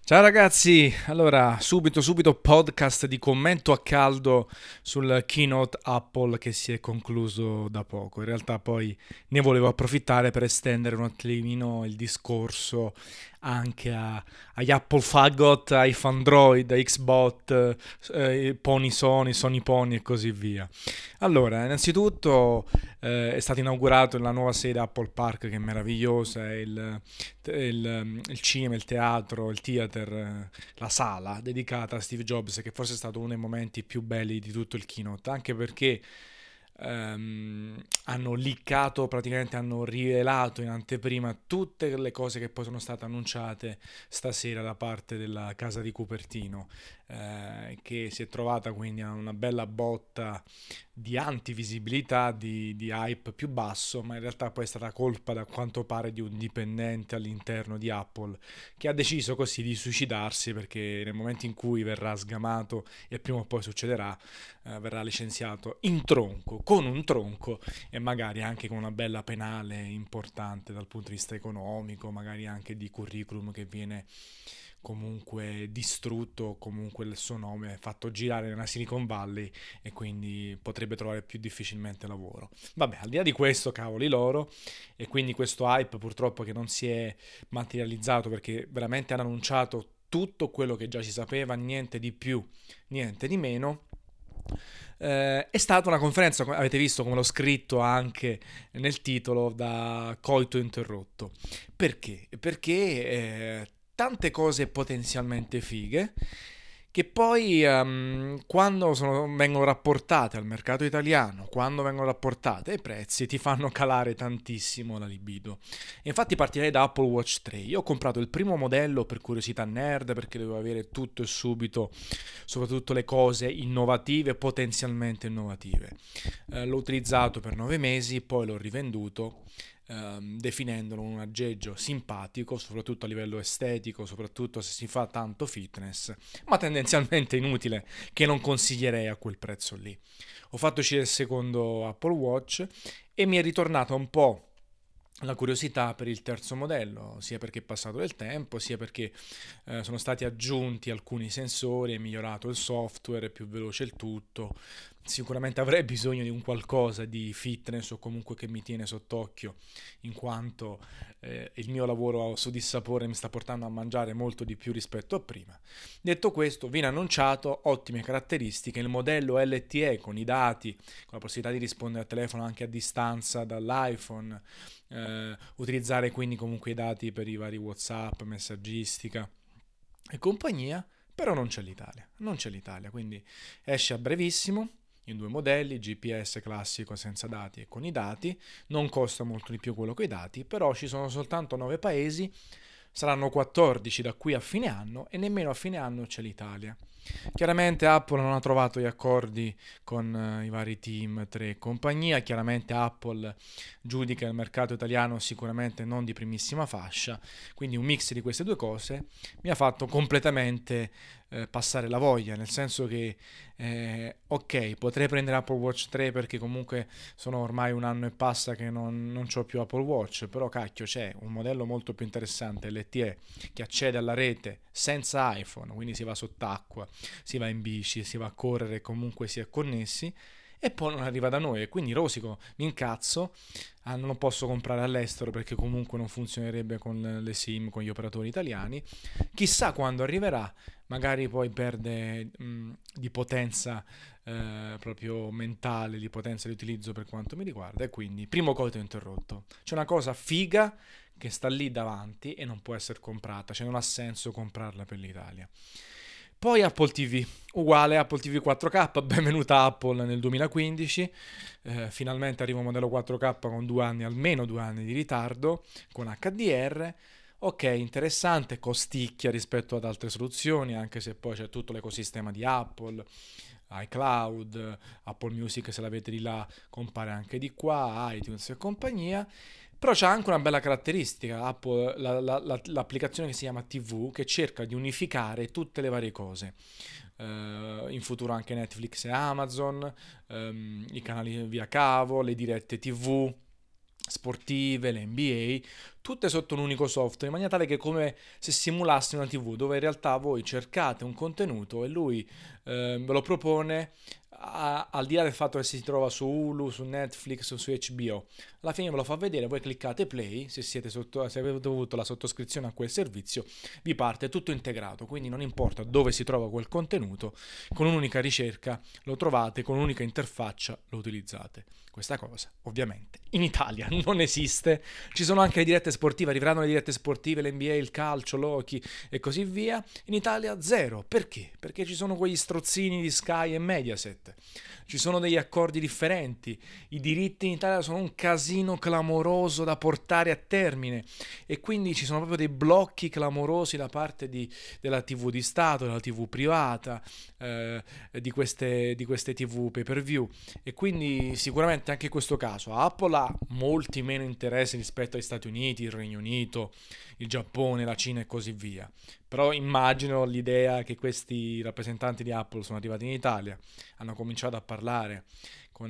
Ciao ragazzi, allora subito podcast di commento a caldo sul keynote Apple che si è concluso da poco. In realtà poi ne volevo approfittare per estendere un attimino il discorso anche agli Apple Faggot, ai Fandroid, a Xbot, Pony Sony, Sony Pony e così via. Allora, innanzitutto è stata inaugurata la nuova sede Apple Park che è meravigliosa, è il cinema, il teatro, il theater, la sala dedicata a Steve Jobs, che forse è stato uno dei momenti più belli di tutto il keynote, anche perché hanno leakato, praticamente hanno rivelato in anteprima tutte le cose che poi sono state annunciate stasera da parte della casa di Cupertino, che si è trovata quindi a una bella botta di antivisibilità, di hype più basso, ma in realtà poi è stata colpa, da quanto pare, di un dipendente all'interno di Apple che ha deciso così di suicidarsi, perché nel momento in cui verrà sgamato, e prima o poi succederà, verrà licenziato in tronco, con un tronco, e magari anche con una bella penale importante dal punto di vista economico, magari anche di curriculum che viene comunque distrutto, comunque il suo nome è fatto girare nella Silicon Valley e quindi potrebbe trovare più difficilmente lavoro. Vabbè, al di là di questo, cavoli loro, e quindi questo hype purtroppo che non si è materializzato, perché veramente hanno annunciato tutto quello che già si sapeva, niente di più, niente di meno. È stata una conferenza, avete visto come l'ho scritto anche nel titolo, da coito interrotto. Perché? Perché tante cose potenzialmente fighe che poi quando vengono rapportate al mercato italiano, quando vengono rapportate ai prezzi, ti fanno calare tantissimo la libido. E infatti partirei da Apple Watch 3. Io ho comprato il primo modello per curiosità nerd, perché dovevo avere tutto e subito, soprattutto le cose innovative, potenzialmente innovative. L'ho utilizzato per 9 mesi, poi l'ho rivenduto, definendolo un aggeggio simpatico, soprattutto a livello estetico, soprattutto se si fa tanto fitness, ma tendenzialmente inutile, che non consiglierei a quel prezzo lì. Ho fatto uscire il secondo Apple Watch e mi è ritornata un po' la curiosità per il terzo modello, sia perché è passato del tempo, sia perché sono stati aggiunti alcuni sensori, è migliorato il software, è più veloce il tutto. Sicuramente avrei bisogno di un qualcosa di fitness o comunque che mi tiene sott'occhio, in quanto il mio lavoro su Dissapore mi sta portando a mangiare molto di più rispetto a prima. Detto questo, viene annunciato ottime caratteristiche, il modello LTE con i dati, con la possibilità di rispondere al telefono anche a distanza dall'iPhone, utilizzare quindi comunque i dati per i vari WhatsApp, messaggistica e compagnia, però non c'è l'Italia, quindi esce a brevissimo in due modelli, GPS classico senza dati e con i dati, non costa molto di più quello con i dati, però ci sono soltanto 9 paesi, saranno 14 da qui a fine anno e nemmeno a fine anno c'è l'Italia. Chiaramente Apple non ha trovato gli accordi con i vari team 3 e compagnia, chiaramente Apple giudica il mercato italiano sicuramente non di primissima fascia, quindi un mix di queste due cose mi ha fatto completamente passare la voglia, nel senso che ok, potrei prendere Apple Watch 3 perché comunque sono ormai un anno e passa che non ho più Apple Watch, però cacchio c'è un modello molto più interessante, LTE, che accede alla rete senza iPhone, quindi si va sott'acqua, si va in bici, si va a correre, comunque si è connessi, e poi non arriva da noi, e quindi rosico, mi incazzo. Non lo posso comprare all'estero perché comunque non funzionerebbe con le SIM, con gli operatori italiani. Chissà quando arriverà, magari poi perde di potenza proprio mentale, di potenza di utilizzo per quanto mi riguarda, e quindi primo coito interrotto. C'è una cosa figa che sta lì davanti e non può essere comprata, cioè non ha senso comprarla per l'Italia. Poi Apple TV, uguale Apple TV 4K, benvenuta Apple nel 2015, finalmente arriva un modello 4K con 2 anni, almeno 2 anni di ritardo, con HDR. Ok, interessante, costicchia rispetto ad altre soluzioni, anche se poi c'è tutto l'ecosistema di Apple, iCloud, Apple Music se l'avete di là compare anche di qua, iTunes e compagnia. Però c'è anche una bella caratteristica, Apple, l'applicazione che si chiama TV, che cerca di unificare tutte le varie cose. In futuro anche Netflix e Amazon, i canali via cavo, le dirette TV sportive, le NBA, tutte sotto un unico software, in maniera tale che è come se simulassi una TV, dove in realtà voi cercate un contenuto e lui ve lo propone al di là del fatto che si trova su Hulu, su Netflix o su HBO. Alla fine ve lo fa vedere, voi cliccate play, se avete avuto la sottoscrizione a quel servizio, vi parte tutto integrato, quindi non importa dove si trova quel contenuto, con un'unica ricerca lo trovate, con un'unica interfaccia lo utilizzate. Questa cosa, ovviamente, in Italia non esiste. Ci sono anche le dirette sportive, arriveranno le dirette sportive, l'NBA, il calcio, l'hockey e così via. In Italia zero. Perché? Perché ci sono quegli strozzini di Sky e Mediaset. Ci sono degli accordi differenti. I diritti in Italia sono un casino clamoroso da portare a termine e quindi ci sono proprio dei blocchi clamorosi da parte della TV di Stato, della TV privata, di queste TV pay per view. E quindi sicuramente anche in questo caso Apple ha molti meno interessi rispetto agli Stati Uniti, il Regno Unito, il Giappone, la Cina e così via. Però immagino l'idea che questi rappresentanti di Apple sono arrivati in Italia, hanno cominciato a parlare con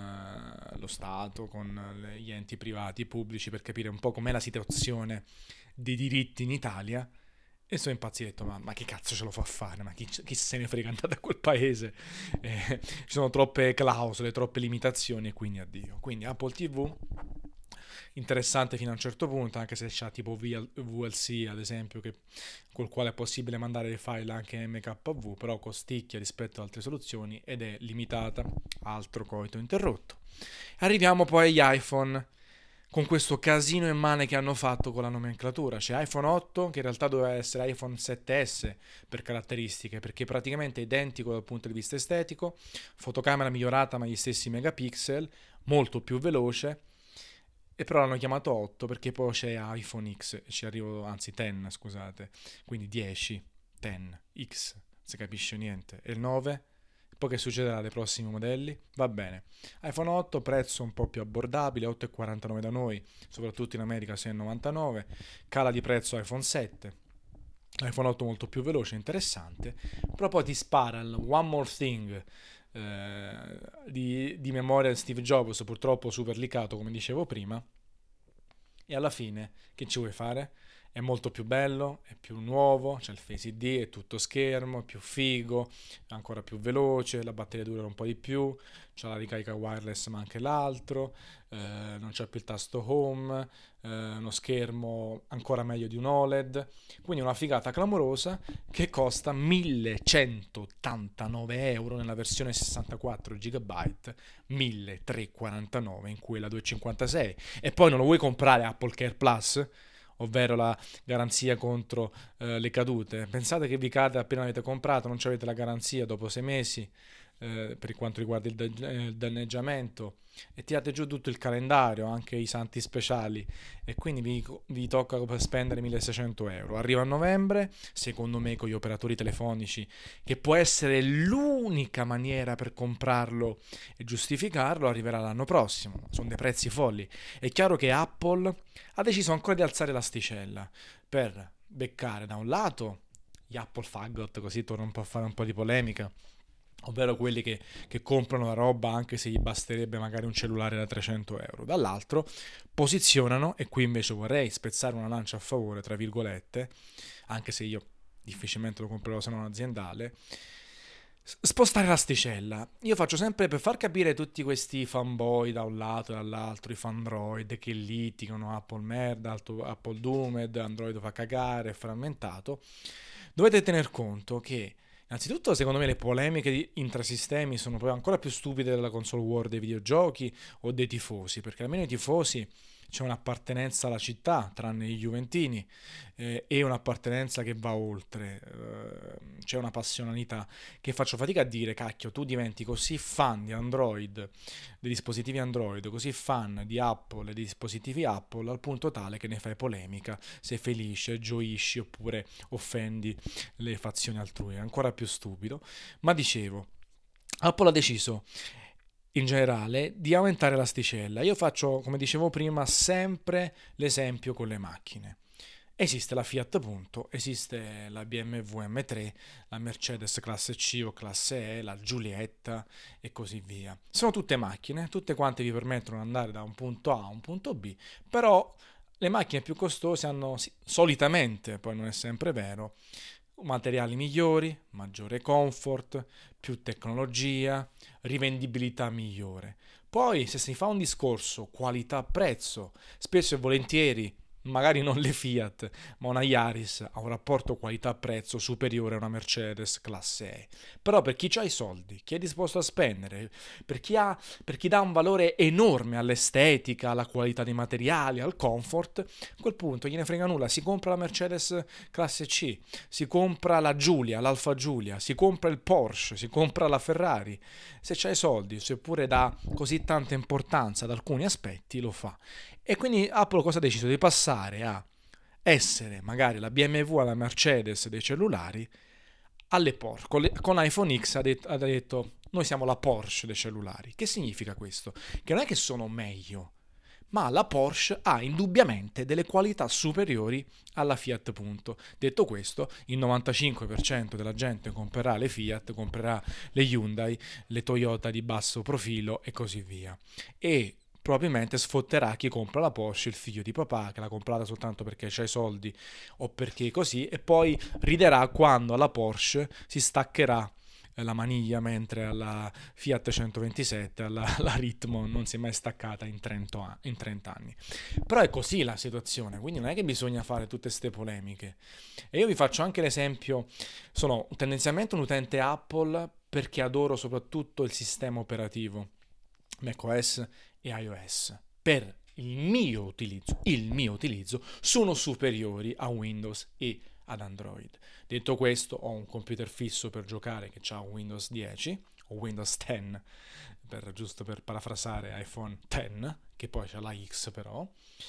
lo Stato, con gli enti privati e pubblici per capire un po' com'è la situazione dei diritti in Italia. E sono impazzito e ho detto, ma che cazzo ce lo fa fare? Ma chi se ne frega, andate a quel paese? Ci sono troppe clausole, troppe limitazioni e quindi addio. Quindi Apple TV, interessante fino a un certo punto, anche se c'ha tipo VLC ad esempio, col quale è possibile mandare dei file anche MKV, però costicchia rispetto ad altre soluzioni ed è limitata, altro coito interrotto. Arriviamo poi agli iPhone, con questo casino in mano che hanno fatto con la nomenclatura. C'è iPhone 8 che in realtà doveva essere iPhone 7S per caratteristiche, perché praticamente è identico dal punto di vista estetico, fotocamera migliorata ma gli stessi megapixel, molto più veloce, e però l'hanno chiamato 8 perché poi c'è iPhone X, ci arrivo, anzi 10 scusate, quindi 10, 10, X, non si capisce niente, e il 9? Poi che succederà dai prossimi modelli? Va bene. iPhone 8, prezzo un po' più abbordabile, 8,49 da noi, soprattutto in America 6,99. Cala di prezzo iPhone 7. iPhone 8 molto più veloce, interessante. Però poi ti spara il One More Thing di memoria di Steve Jobs, purtroppo super licato come dicevo prima. E alla fine che ci vuoi fare? È molto più bello, è più nuovo, c'è il Face ID, è tutto schermo, è più figo, è ancora più veloce, la batteria dura un po' di più, c'è la ricarica wireless ma anche l'altro, non c'è più il tasto home, uno schermo ancora meglio di un OLED, quindi una figata clamorosa che costa 1189 euro nella versione 64 GB, 1349 in quella 256, e poi non lo vuoi comprare Apple Care Plus, ovvero la garanzia contro le cadute. Pensate che vi cade appena avete comprato, non avete la garanzia dopo 6 mesi per quanto riguarda il danneggiamento, e tirate giù tutto il calendario, anche i santi speciali, e quindi vi tocca spendere 1600 euro. Arriva a novembre, secondo me con gli operatori telefonici, che può essere l'unica maniera per comprarlo e giustificarlo, arriverà l'anno prossimo. Sono dei prezzi folli. È chiaro che Apple ha deciso ancora di alzare l'asticella per beccare da un lato gli Apple Faggot, così torno un po' a fare un po' di polemica, ovvero quelli che comprano la roba anche se gli basterebbe magari un cellulare da 300 euro. Dall'altro posizionano, e qui invece vorrei spezzare una lancia a favore, tra virgolette, anche se io difficilmente lo comprerò se non aziendale, spostare l'asticella. Io faccio sempre, per far capire tutti questi fanboy da un lato e dall'altro, i fandroid che litigano, Apple merda, Apple doomed, Android fa cagare, è frammentato, dovete tener conto che innanzitutto, secondo me, le polemiche intrasistemi sono poi ancora più stupide della console war dei videogiochi o dei tifosi, perché almeno i tifosi c'è un'appartenenza alla città, tranne i juventini, e un'appartenenza che va oltre, c'è una passionalità che faccio fatica a dire, cacchio, tu diventi così fan di Android, dei dispositivi Android, così fan di Apple e dei dispositivi Apple, al punto tale che ne fai polemica, sei felice, gioisci oppure offendi le fazioni altrui, è ancora più stupido. Ma dicevo, Apple ha deciso in generale di aumentare l'asticella. Io faccio, come dicevo prima, sempre l'esempio con le macchine. Esiste la Fiat Punto, esiste la BMW M3, la Mercedes classe C o classe E, la Giulietta e così via. Sono tutte macchine, tutte quante vi permettono di andare da un punto A a un punto B, però le macchine più costose hanno solitamente, poi non è sempre vero, materiali migliori, maggiore comfort, più tecnologia, rivendibilità migliore. Poi se si fa un discorso qualità-prezzo, spesso e volentieri, magari non le Fiat, ma una Yaris ha un rapporto qualità-prezzo superiore a una Mercedes classe E. Però per chi ha i soldi, chi è disposto a spendere, per chi dà un valore enorme all'estetica, alla qualità dei materiali, al comfort, a quel punto gliene frega nulla, si compra la Mercedes classe C, si compra la Giulia, l'Alfa Giulia, si compra il Porsche, si compra la Ferrari. Se c'hai soldi, seppure dà così tanta importanza ad alcuni aspetti, lo fa. E quindi Apple cosa ha deciso? Di passare a essere magari la BMW alla Mercedes dei cellulari alle Porsche. Con l'iPhone X ha detto noi siamo la Porsche dei cellulari. Che significa questo? Che non è che sono meglio, ma la Porsche ha indubbiamente delle qualità superiori alla Fiat punto. Detto questo, il 95% della gente comprerà le Fiat, comprerà le Hyundai, le Toyota di basso profilo e così via. E probabilmente sfotterà chi compra la Porsche, il figlio di papà che l'ha comprata soltanto perché c'ha i soldi o perché così, e poi riderà quando alla Porsche si staccherà la maniglia, mentre alla Fiat 127, alla Ritmo, non si è mai staccata in 30 anni. Però è così la situazione, quindi non è che bisogna fare tutte queste polemiche. E io vi faccio anche l'esempio, sono tendenzialmente un utente Apple perché adoro soprattutto il sistema operativo macOS e iOS. Per il mio utilizzo sono superiori a Windows e ad Android. Detto questo, ho un computer fisso per giocare che ha un Windows 10 o Windows 10, giusto per parafrasare iPhone X, che poi c'ha la X però.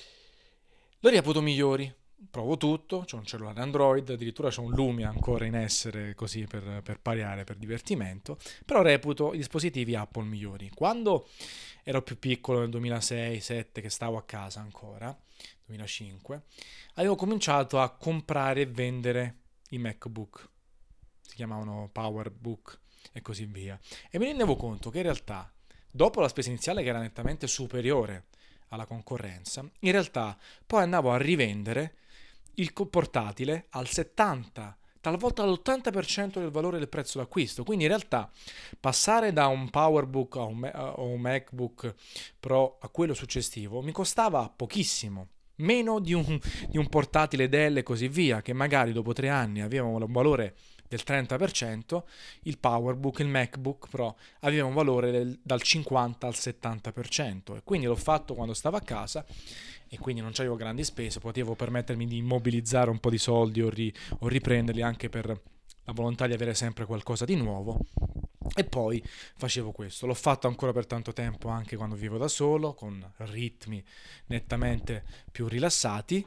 Lo reputo migliori. Provo tutto, c'ho un cellulare Android, addirittura c'ho un Lumia ancora in essere così per pariare, per divertimento, però reputo i dispositivi Apple migliori. Quando ero più piccolo nel 2006-2007 che stavo a casa ancora, 2005, avevo cominciato a comprare e vendere i MacBook, si chiamavano PowerBook e così via, e mi rendevo conto che in realtà, dopo la spesa iniziale che era nettamente superiore alla concorrenza, in realtà poi andavo a rivendere il portatile al 70, talvolta all'80% del valore del prezzo d'acquisto. Quindi in realtà passare da un PowerBook o un MacBook Pro a quello successivo mi costava pochissimo, meno di un portatile Dell e così via, che magari dopo 3 anni aveva un valore del 30%, il PowerBook, il MacBook Pro aveva un valore dal 50 al 70%, e quindi l'ho fatto quando stavo a casa e quindi non avevo grandi spese, potevo permettermi di immobilizzare un po' di soldi o riprenderli anche per la volontà di avere sempre qualcosa di nuovo. E poi facevo questo, l'ho fatto ancora per tanto tempo anche quando vivo da solo, con ritmi nettamente più rilassati,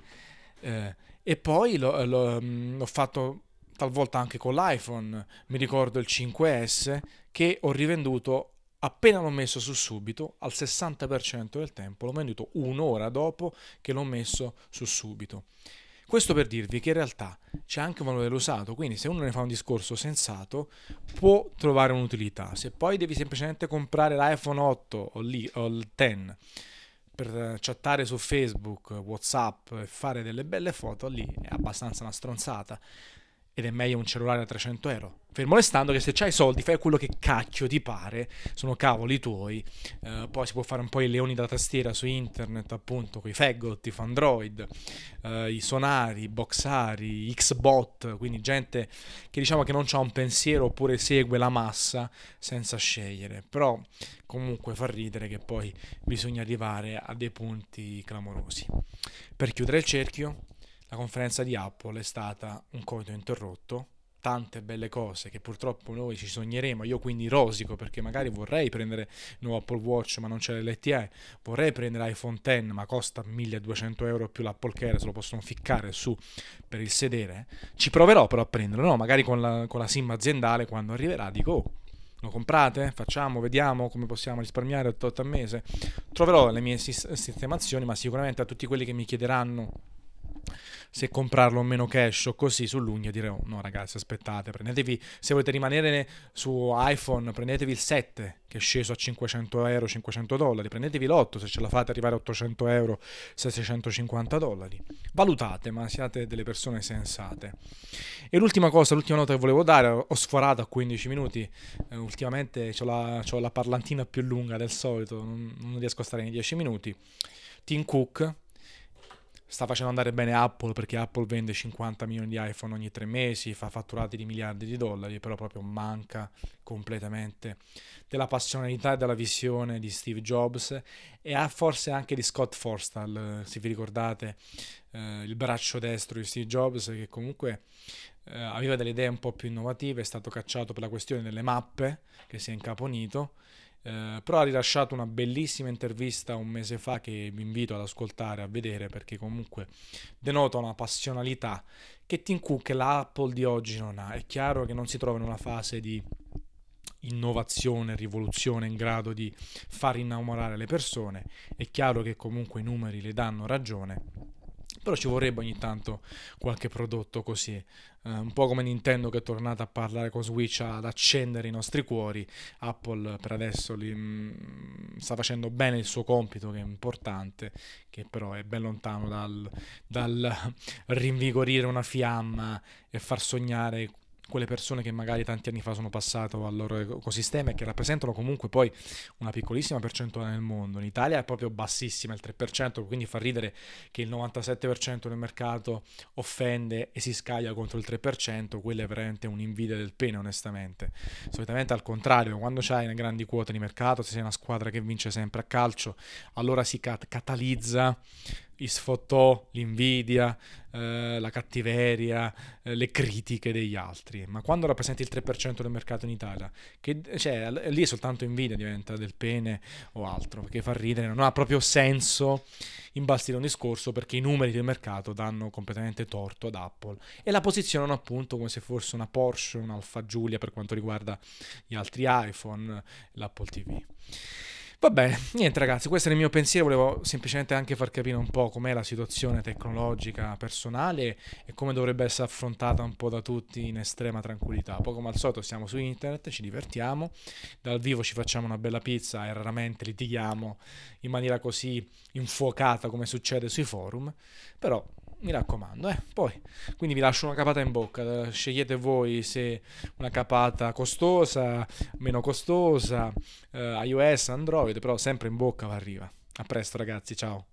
e poi l'ho fatto talvolta anche con l'iPhone. Mi ricordo il 5S che ho rivenduto appena l'ho messo su subito, al 60% del tempo, l'ho venduto un'ora dopo che l'ho messo su subito. Questo per dirvi che in realtà c'è anche un valore dell'usato, quindi se uno ne fa un discorso sensato può trovare un'utilità. Se poi devi semplicemente comprare l'iPhone 8 o il 10 per chattare su Facebook, WhatsApp e fare delle belle foto, lì è abbastanza una stronzata. Ed è meglio un cellulare da 300 euro. Fermo restando che se c'hai soldi fai quello che cacchio ti pare, sono cavoli tuoi. Poi si può fare un po' i leoni da tastiera su internet, appunto, con i Faggot, i Fandroid, i Sonari, i Boxari, i Xbot, quindi gente che diciamo che non ha un pensiero oppure segue la massa senza scegliere. Però comunque fa ridere che poi bisogna arrivare a dei punti clamorosi. Per chiudere il cerchio, la conferenza di Apple è stata un coito interrotto, tante belle cose che purtroppo noi ci sogneremo, io quindi rosico perché magari vorrei prendere il nuovo Apple Watch ma non c'è l'LTE, vorrei prendere l'iPhone X ma costa 1200 euro più l'Apple Care, se lo possono ficcare su per il sedere, ci proverò però a prenderlo, no? Magari con la SIM aziendale quando arriverà dico oh, lo comprate? Facciamo, vediamo come possiamo risparmiare 8 al mese. Troverò le mie sistemazioni, ma sicuramente a tutti quelli che mi chiederanno se comprarlo o meno cash o così sull'unghia, dire oh, no ragazzi aspettate, prendetevi, se volete rimanere su iPhone, prendetevi il 7 che è sceso a 500 euro, 500 dollari, prendetevi l'8 se ce la fate arrivare a 800 euro, 650 dollari, valutate, ma siate delle persone sensate. E l'ultima cosa, l'ultima nota che volevo dare, ho sforato a 15 minuti, ultimamente c'ho la parlantina più lunga del solito, non riesco a stare nei 10 minuti. Tim Cook sta facendo andare bene Apple perché Apple vende 50 milioni di iPhone ogni 3 mesi, fa fatturati di miliardi di dollari, però proprio manca completamente della passionalità e della visione di Steve Jobs e ha forse anche di Scott Forstall, se vi ricordate, il braccio destro di Steve Jobs che comunque aveva delle idee un po' più innovative, è stato cacciato per la questione delle mappe, che si è incaponito. Però ha rilasciato una bellissima intervista un mese fa che vi invito ad ascoltare, a vedere perché comunque denota una passionalità che Tim Cook e l'Apple di oggi non ha. È chiaro che non si trova in una fase di innovazione, rivoluzione in grado di far innamorare le persone, è chiaro che comunque i numeri le danno ragione, però ci vorrebbe ogni tanto qualche prodotto così, un po' come Nintendo che è tornata a parlare con Switch ad accendere i nostri cuori. Apple per adesso sta facendo bene il suo compito che è importante, che però è ben lontano dal rinvigorire una fiamma e far sognare quelle persone che magari tanti anni fa sono passate al loro ecosistema e che rappresentano comunque poi una piccolissima percentuale nel mondo. In Italia è proprio bassissima, il 3%, quindi fa ridere che il 97% del mercato offende e si scaglia contro il 3%, quella è veramente un'invidia del pene onestamente. Solitamente al contrario, quando c'hai una grandi quote di mercato, se sei una squadra che vince sempre a calcio, allora si catalizza i sfottò, l'invidia, la cattiveria, le critiche degli altri. Ma quando rappresenti il 3% del mercato in Italia, che, cioè, lì soltanto invidia diventa del pene o altro, perché fa ridere, non ha proprio senso imbastire un discorso perché i numeri del mercato danno completamente torto ad Apple e la posizionano appunto come se fosse una Porsche, un'Alfa Giulia per quanto riguarda gli altri iPhone, l'Apple TV. Va bene, niente ragazzi, questo è il mio pensiero, volevo semplicemente anche far capire un po' com'è la situazione tecnologica personale e come dovrebbe essere affrontata un po' da tutti in estrema tranquillità. Poi come al solito siamo su internet, ci divertiamo, dal vivo ci facciamo una bella pizza e raramente litighiamo in maniera così infuocata come succede sui forum, però mi raccomando, poi quindi vi lascio una capata in bocca, scegliete voi se una capata costosa, meno costosa, iOS, Android, però sempre in bocca va arriva. A presto ragazzi, ciao.